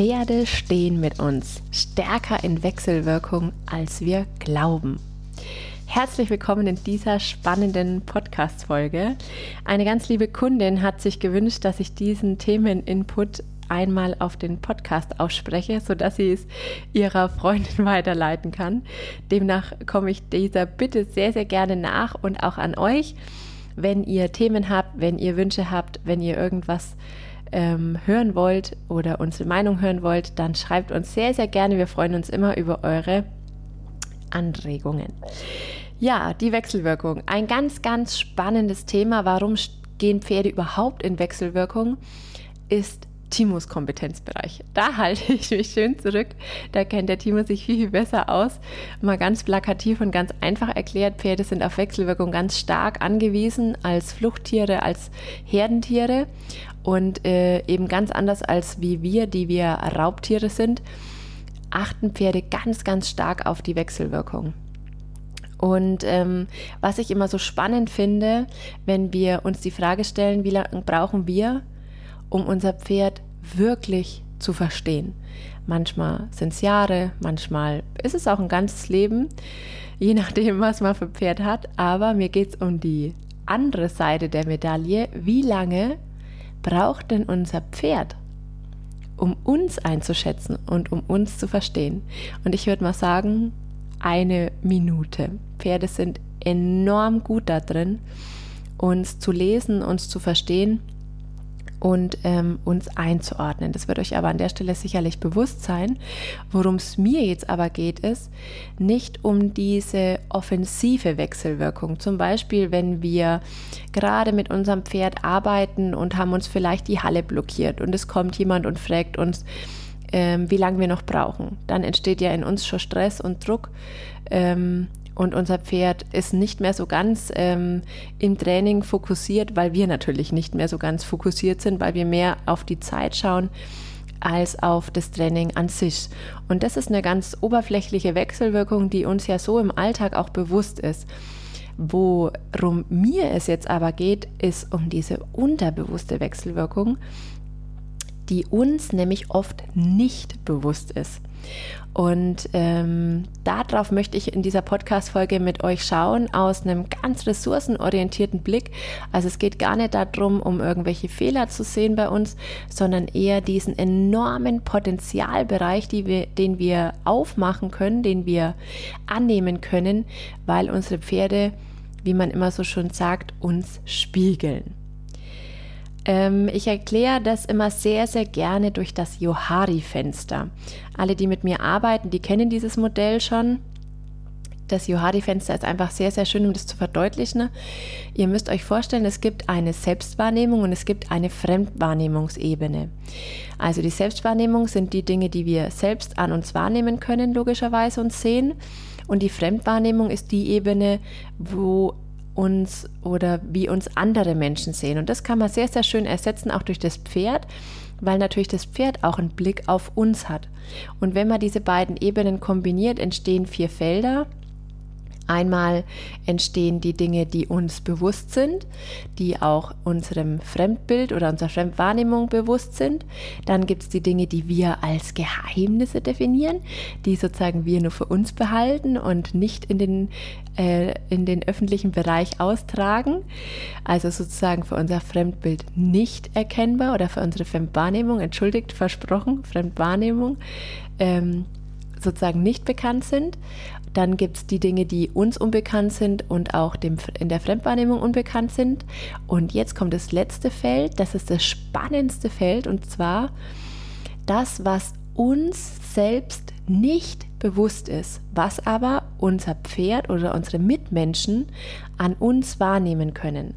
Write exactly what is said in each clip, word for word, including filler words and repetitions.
Pferde stehen mit uns stärker in Wechselwirkung, als wir glauben. Herzlich willkommen in dieser spannenden Podcast-Folge. Eine ganz liebe Kundin hat sich gewünscht, dass ich diesen Themeninput einmal auf den Podcast ausspreche, sodass sie es ihrer Freundin weiterleiten kann. Demnach komme ich dieser Bitte sehr, sehr gerne nach und auch an euch. Wenn ihr Themen habt, wenn ihr Wünsche habt, wenn ihr irgendwas ähm, hören wollt oder unsere Meinung hören wollt, dann schreibt uns sehr, sehr gerne. Wir freuen uns immer über eure Anregungen. Ja, die Wechselwirkung. Ein ganz, ganz spannendes Thema. Warum gehen Pferde überhaupt in Wechselwirkung? Ist Timos Kompetenzbereich. Da halte ich mich schön zurück. Da kennt der Timo sich viel, viel besser aus. Mal ganz plakativ und ganz einfach erklärt, Pferde sind auf Wechselwirkung ganz stark angewiesen als Fluchttiere, als Herdentiere und äh, eben ganz anders als wie wir, die wir Raubtiere sind, achten Pferde ganz, ganz stark auf die Wechselwirkung. Und ähm, was ich immer so spannend finde, wenn wir uns die Frage stellen, wie lange brauchen wir, um unser Pferd wirklich zu verstehen. Manchmal sind es Jahre, manchmal ist es auch ein ganzes Leben, je nachdem, was man für ein Pferd hat. Aber mir geht es um die andere Seite der Medaille. Wie lange braucht denn unser Pferd, um uns einzuschätzen und um uns zu verstehen? Und ich würde mal sagen, eine Minute. Pferde sind enorm gut da drin, uns zu lesen, uns zu verstehen und ähm, uns einzuordnen. Das wird euch aber an der Stelle sicherlich bewusst sein. Worum es mir jetzt aber geht, ist nicht um diese offensive Wechselwirkung. Zum Beispiel, wenn wir gerade mit unserem Pferd arbeiten und haben uns vielleicht die Halle blockiert und es kommt jemand und fragt uns, ähm, wie lange wir noch brauchen. Dann entsteht ja in uns schon Stress und Druck, ähm, und unser Pferd ist nicht mehr so ganz ähm, im Training fokussiert, weil wir natürlich nicht mehr so ganz fokussiert sind, weil wir mehr auf die Zeit schauen als auf das Training an sich. Und das ist eine ganz oberflächliche Wechselwirkung, die uns ja so im Alltag auch bewusst ist. Worum mir es jetzt aber geht, ist um diese unterbewusste Wechselwirkung, die uns nämlich oft nicht bewusst ist. Und ähm, darauf möchte ich in dieser Podcast-Folge mit euch schauen, aus einem ganz ressourcenorientierten Blick. Also es geht gar nicht darum, um irgendwelche Fehler zu sehen bei uns, sondern eher diesen enormen Potenzialbereich, die wir, den wir aufmachen können, den wir annehmen können, weil unsere Pferde, wie man immer so schön sagt, uns spiegeln. Ähm, ich erkläre das immer sehr, sehr gerne durch das Johari-Fenster. Alle, die mit mir arbeiten, die kennen dieses Modell schon. Das Johari-Fenster ist einfach sehr, sehr schön, um das zu verdeutlichen. Ihr müsst euch vorstellen, es gibt eine Selbstwahrnehmung und es gibt eine Fremdwahrnehmungsebene. Also die Selbstwahrnehmung sind die Dinge, die wir selbst an uns wahrnehmen können, logischerweise, und sehen. Und die Fremdwahrnehmung ist die Ebene, wo uns oder wie uns andere Menschen sehen. Und das kann man sehr, sehr schön ersetzen, auch durch das Pferd, weil natürlich das Pferd auch einen Blick auf uns hat. Und wenn man diese beiden Ebenen kombiniert, entstehen vier Felder. Einmal entstehen die Dinge, die uns bewusst sind, die auch unserem Fremdbild oder unserer Fremdwahrnehmung bewusst sind. Dann gibt es die Dinge, die wir als Geheimnisse definieren, die sozusagen wir nur für uns behalten und nicht in den, äh, in den öffentlichen Bereich austragen. Also sozusagen für unser Fremdbild nicht erkennbar oder für unsere Fremdwahrnehmung, entschuldigt, versprochen, Fremdwahrnehmung, ähm, sozusagen nicht bekannt sind. Dann gibt es die Dinge, die uns unbekannt sind und auch dem, in der Fremdwahrnehmung unbekannt sind. Und jetzt kommt das letzte Feld, das ist das spannendste Feld, und zwar das, was uns selbst nicht bewusst ist, was aber unser Pferd oder unsere Mitmenschen an uns wahrnehmen können.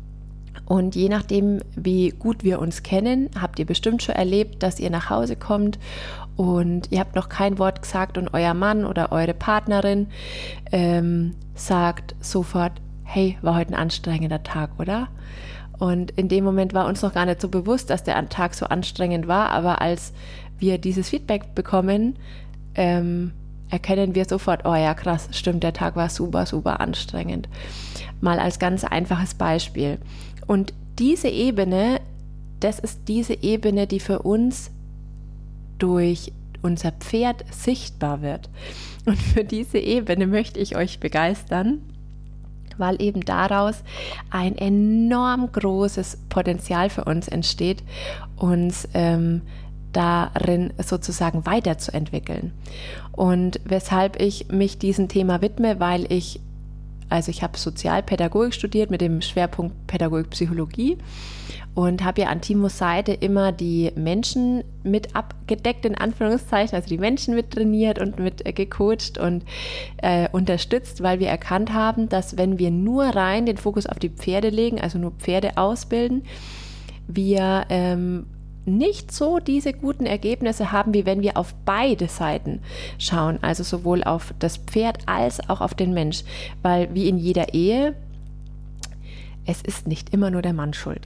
Und je nachdem, wie gut wir uns kennen, habt ihr bestimmt schon erlebt, dass ihr nach Hause kommt und ihr habt noch kein Wort gesagt und euer Mann oder eure Partnerin ähm, sagt sofort, hey, war heute ein anstrengender Tag, oder? Und in dem Moment war uns noch gar nicht so bewusst, dass der Tag so anstrengend war, aber als wir dieses Feedback bekommen, ähm, erkennen wir sofort, oh ja, krass, stimmt, der Tag war super, super anstrengend. Mal als ganz einfaches Beispiel. Und diese Ebene, das ist diese Ebene, die für uns durch unser Pferd sichtbar wird. Und für diese Ebene möchte ich euch begeistern, weil eben daraus ein enorm großes Potenzial für uns entsteht, uns ähm, darin sozusagen weiterzuentwickeln. Und weshalb ich mich diesem Thema widme, weil ich, also ich habe Sozialpädagogik studiert mit dem Schwerpunkt Pädagogik-Psychologie und habe ja an Timos Seite immer die Menschen mit abgedeckt, in Anführungszeichen, also die Menschen mit trainiert und mit äh, gecoacht und äh, unterstützt, weil wir erkannt haben, dass wenn wir nur rein den Fokus auf die Pferde legen, also nur Pferde ausbilden, wir ähm, nicht so diese guten Ergebnisse haben, wie wenn wir auf beide Seiten schauen, also sowohl auf das Pferd als auch auf den Mensch, weil wie in jeder Ehe, es ist nicht immer nur der Mann schuld.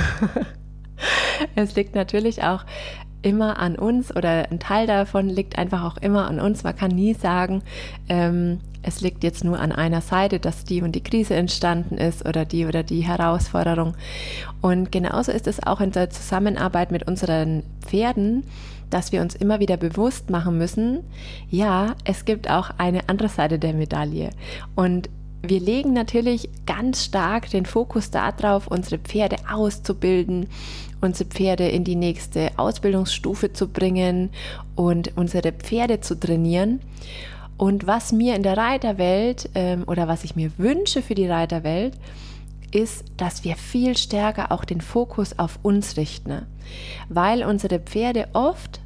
Es liegt natürlich auch immer an uns oder ein Teil davon liegt einfach auch immer an uns. Man kann nie sagen, ähm, es liegt jetzt nur an einer Seite, dass die und die Krise entstanden ist oder die oder die Herausforderung. Und genauso ist es auch in der Zusammenarbeit mit unseren Pferden, dass wir uns immer wieder bewusst machen müssen, ja, es gibt auch eine andere Seite der Medaille. Und wir legen natürlich ganz stark den Fokus darauf, unsere Pferde auszubilden, unsere Pferde in die nächste Ausbildungsstufe zu bringen und unsere Pferde zu trainieren. Und was mir in der Reiterwelt ähm, oder was ich mir wünsche für die Reiterwelt, ist, dass wir viel stärker auch den Fokus auf uns richten, weil unsere Pferde oft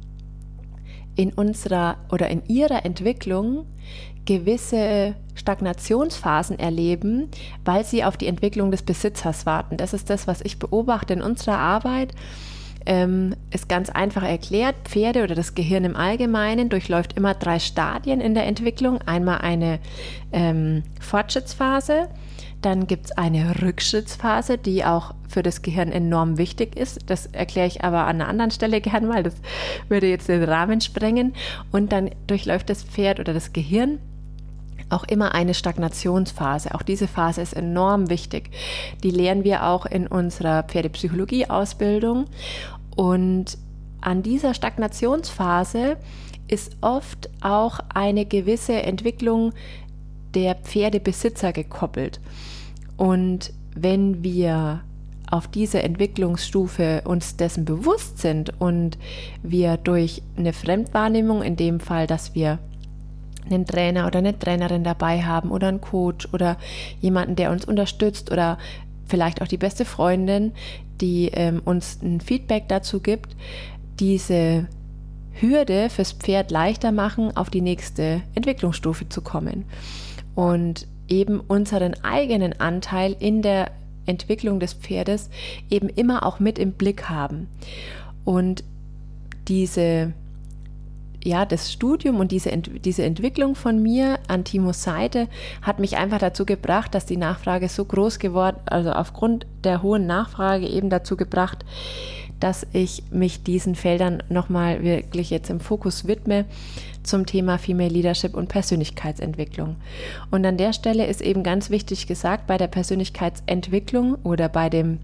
in unserer oder in ihrer Entwicklung gewisse Stagnationsphasen erleben, weil sie auf die Entwicklung des Besitzers warten. Das ist das, was ich beobachte in unserer Arbeit. Ähm, ist ganz einfach erklärt, Pferde oder das Gehirn im Allgemeinen durchläuft immer drei Stadien in der Entwicklung. Einmal eine ähm, Fortschrittsphase, dann gibt es eine Rückschrittsphase, die auch für das Gehirn enorm wichtig ist. Das erkläre ich aber an einer anderen Stelle gern mal, das würde jetzt den Rahmen sprengen. Und dann durchläuft das Pferd oder das Gehirn auch immer eine Stagnationsphase. Auch diese Phase ist enorm wichtig. Die lernen wir auch in unserer Pferdepsychologie-Ausbildung. Und an dieser Stagnationsphase ist oft auch eine gewisse Entwicklung der Pferdebesitzer gekoppelt. Und wenn wir auf diese Entwicklungsstufe uns dessen bewusst sind und wir durch eine Fremdwahrnehmung, in dem Fall, dass wir einen Trainer oder eine Trainerin dabei haben oder einen Coach oder jemanden, der uns unterstützt oder vielleicht auch die beste Freundin, die ähm, uns ein Feedback dazu gibt, diese Hürde fürs Pferd leichter machen, auf die nächste Entwicklungsstufe zu kommen und eben unseren eigenen Anteil in der Entwicklung des Pferdes eben immer auch mit im Blick haben. Und diese Ja, das Studium und diese, Ent- diese Entwicklung von mir an Timos Seite hat mich einfach dazu gebracht, dass die Nachfrage so groß geworden, also aufgrund der hohen Nachfrage eben dazu gebracht, dass ich mich diesen Feldern nochmal wirklich jetzt im Fokus widme zum Thema Female Leadership und Persönlichkeitsentwicklung. Und an der Stelle ist eben ganz wichtig gesagt, bei der Persönlichkeitsentwicklung oder bei dem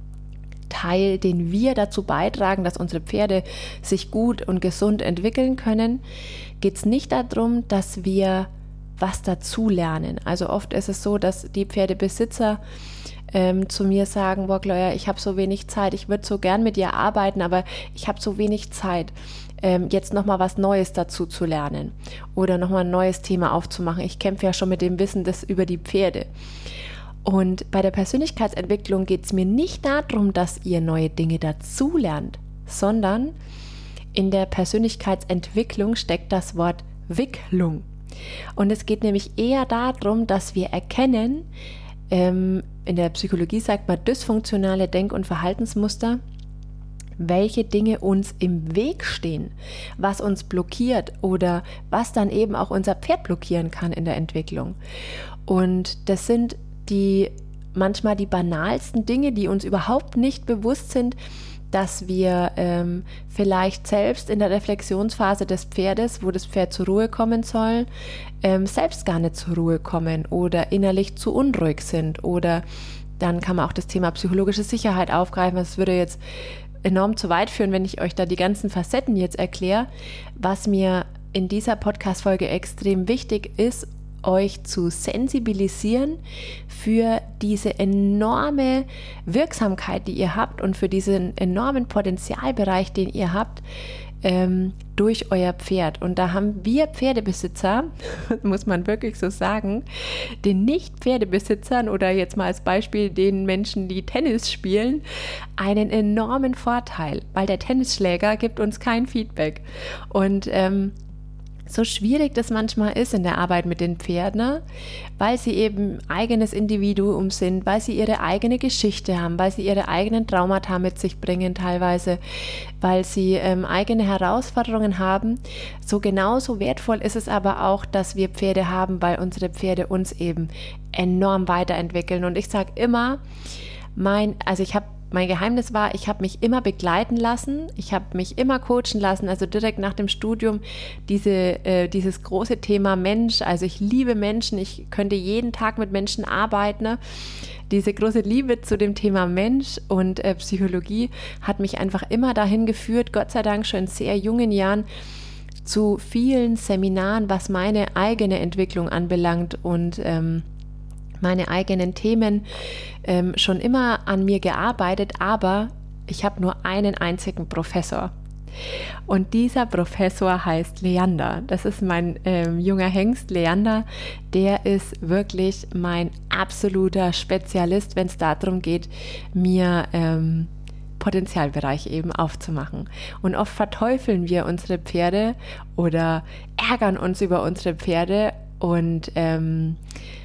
Teil, den wir dazu beitragen, dass unsere Pferde sich gut und gesund entwickeln können, geht es nicht darum, dass wir was dazu lernen. Also oft ist es so, dass die Pferdebesitzer ähm, zu mir sagen, boah Gloria, ich habe so wenig Zeit, ich würde so gern mit dir arbeiten, aber ich habe so wenig Zeit, ähm, jetzt nochmal was Neues dazu zu lernen oder nochmal ein neues Thema aufzumachen. Ich kämpfe ja schon mit dem Wissen des, über die Pferde. Und bei der Persönlichkeitsentwicklung geht es mir nicht darum, dass ihr neue Dinge dazu lernt, sondern in der Persönlichkeitsentwicklung steckt das Wort Wicklung. Und es geht nämlich eher darum, dass wir erkennen, ähm, in der Psychologie sagt man dysfunktionale Denk- und Verhaltensmuster, welche Dinge uns im Weg stehen, was uns blockiert oder was dann eben auch unser Pferd blockieren kann in der Entwicklung. Und das sind die manchmal die banalsten Dinge, die uns überhaupt nicht bewusst sind, dass wir ähm, vielleicht selbst in der Reflexionsphase des Pferdes, wo das Pferd zur Ruhe kommen soll, ähm, selbst gar nicht zur Ruhe kommen oder innerlich zu unruhig sind. Oder dann kann man auch das Thema psychologische Sicherheit aufgreifen. Das würde jetzt enorm zu weit führen, wenn ich euch da die ganzen Facetten jetzt erkläre. Was mir in dieser Podcast-Folge extrem wichtig ist, euch zu sensibilisieren für diese enorme Wirksamkeit, die ihr habt und für diesen enormen Potenzialbereich, den ihr habt, ähm, durch euer Pferd. Und da haben wir Pferdebesitzer, muss man wirklich so sagen, den Nicht-Pferdebesitzern oder jetzt mal als Beispiel den Menschen, die Tennis spielen, einen enormen Vorteil, weil der Tennisschläger gibt uns kein Feedback. Und ähm, so schwierig das manchmal ist in der Arbeit mit den Pferden, weil sie eben eigenes Individuum sind, weil sie ihre eigene Geschichte haben, weil sie ihre eigenen Traumata mit sich bringen teilweise, weil sie ähm, eigene Herausforderungen haben. So genauso wertvoll ist es aber auch, dass wir Pferde haben, weil unsere Pferde uns eben enorm weiterentwickeln. Und ich sage immer, mein, also ich habe Mein Geheimnis war, ich habe mich immer begleiten lassen, ich habe mich immer coachen lassen, also direkt nach dem Studium diese, äh, dieses große Thema Mensch, also ich liebe Menschen, ich könnte jeden Tag mit Menschen arbeiten, ne? Diese große Liebe zu dem Thema Mensch und äh, Psychologie hat mich einfach immer dahin geführt, Gott sei Dank schon in sehr jungen Jahren, zu vielen Seminaren, was meine eigene Entwicklung anbelangt und ähm, meine eigenen Themen ähm, schon immer an mir gearbeitet, aber ich habe nur einen einzigen Professor. Und dieser Professor heißt Leander. Das ist mein ähm, junger Hengst, Leander. Der ist wirklich mein absoluter Spezialist, wenn es darum geht, mir ähm, Potenzialbereich eben aufzumachen. Und oft verteufeln wir unsere Pferde oder ärgern uns über unsere Pferde und ähm,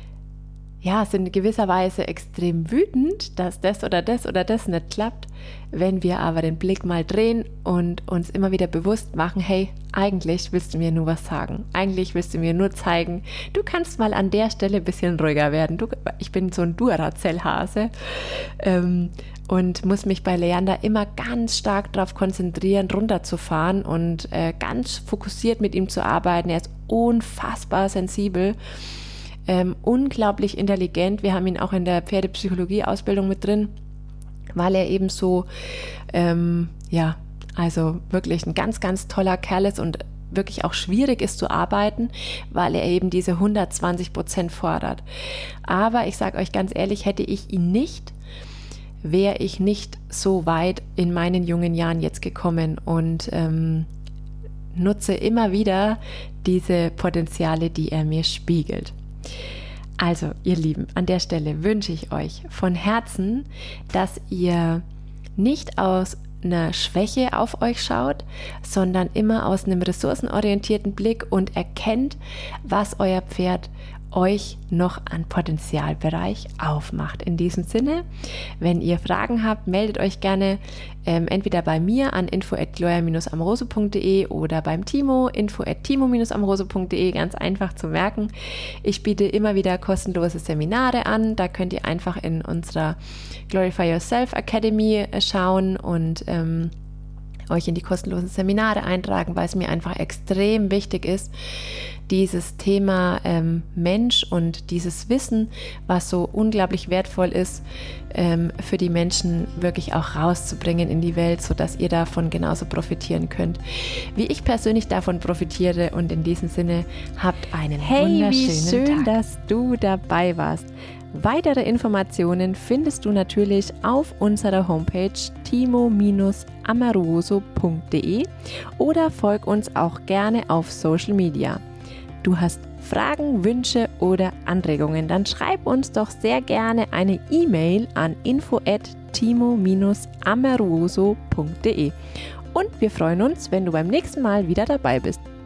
ja, sind in gewisser Weise extrem wütend, dass das oder das oder das nicht klappt. Wenn wir aber den Blick mal drehen und uns immer wieder bewusst machen, hey, eigentlich willst du mir nur was sagen. Eigentlich willst du mir nur zeigen, du kannst mal an der Stelle ein bisschen ruhiger werden. Du, ich bin so ein Duracell-Hase ähm, und muss mich bei Leander immer ganz stark darauf konzentrieren, runterzufahren und äh, ganz fokussiert mit ihm zu arbeiten. Er ist unfassbar sensibel. Ähm, unglaublich intelligent. Wir haben ihn auch in der Pferdepsychologie-Ausbildung mit drin, weil er eben so, ähm, ja, also wirklich ein ganz, ganz toller Kerl ist und wirklich auch schwierig ist zu arbeiten, weil er eben diese hundertzwanzig Prozent fordert. Aber ich sage euch ganz ehrlich, hätte ich ihn nicht, wäre ich nicht so weit in meinen jungen Jahren jetzt gekommen und ähm, nutze immer wieder diese Potenziale, die er mir spiegelt. Also, ihr Lieben, an der Stelle wünsche ich euch von Herzen, dass ihr nicht aus einer Schwäche auf euch schaut, sondern immer aus einem ressourcenorientierten Blick und erkennt, was euer Pferd euch noch an Potenzialbereich aufmacht. In diesem Sinne, wenn ihr Fragen habt, meldet euch gerne ähm, entweder bei mir an info at gloria amoroso punkt de oder beim Timo, info at timo amoroso punkt de, ganz einfach zu merken. Ich biete immer wieder kostenlose Seminare an, da könnt ihr einfach in unserer Glorify Yourself Academy schauen und ähm, euch in die kostenlosen Seminare eintragen, weil es mir einfach extrem wichtig ist, dieses Thema ähm, Mensch und dieses Wissen, was so unglaublich wertvoll ist, ähm, für die Menschen wirklich auch rauszubringen in die Welt, sodass ihr davon genauso profitieren könnt, wie ich persönlich davon profitiere. Und in diesem Sinne, habt einen hey, wunderschönen wie schön, Tag. Dass du dabei warst. Weitere Informationen findest du natürlich auf unserer Homepage timo amoroso punkt de oder folg uns auch gerne auf Social Media. Du hast Fragen, Wünsche oder Anregungen, dann schreib uns doch sehr gerne eine E-Mail an info at timo amoroso punkt de. Und wir freuen uns, wenn du beim nächsten Mal wieder dabei bist.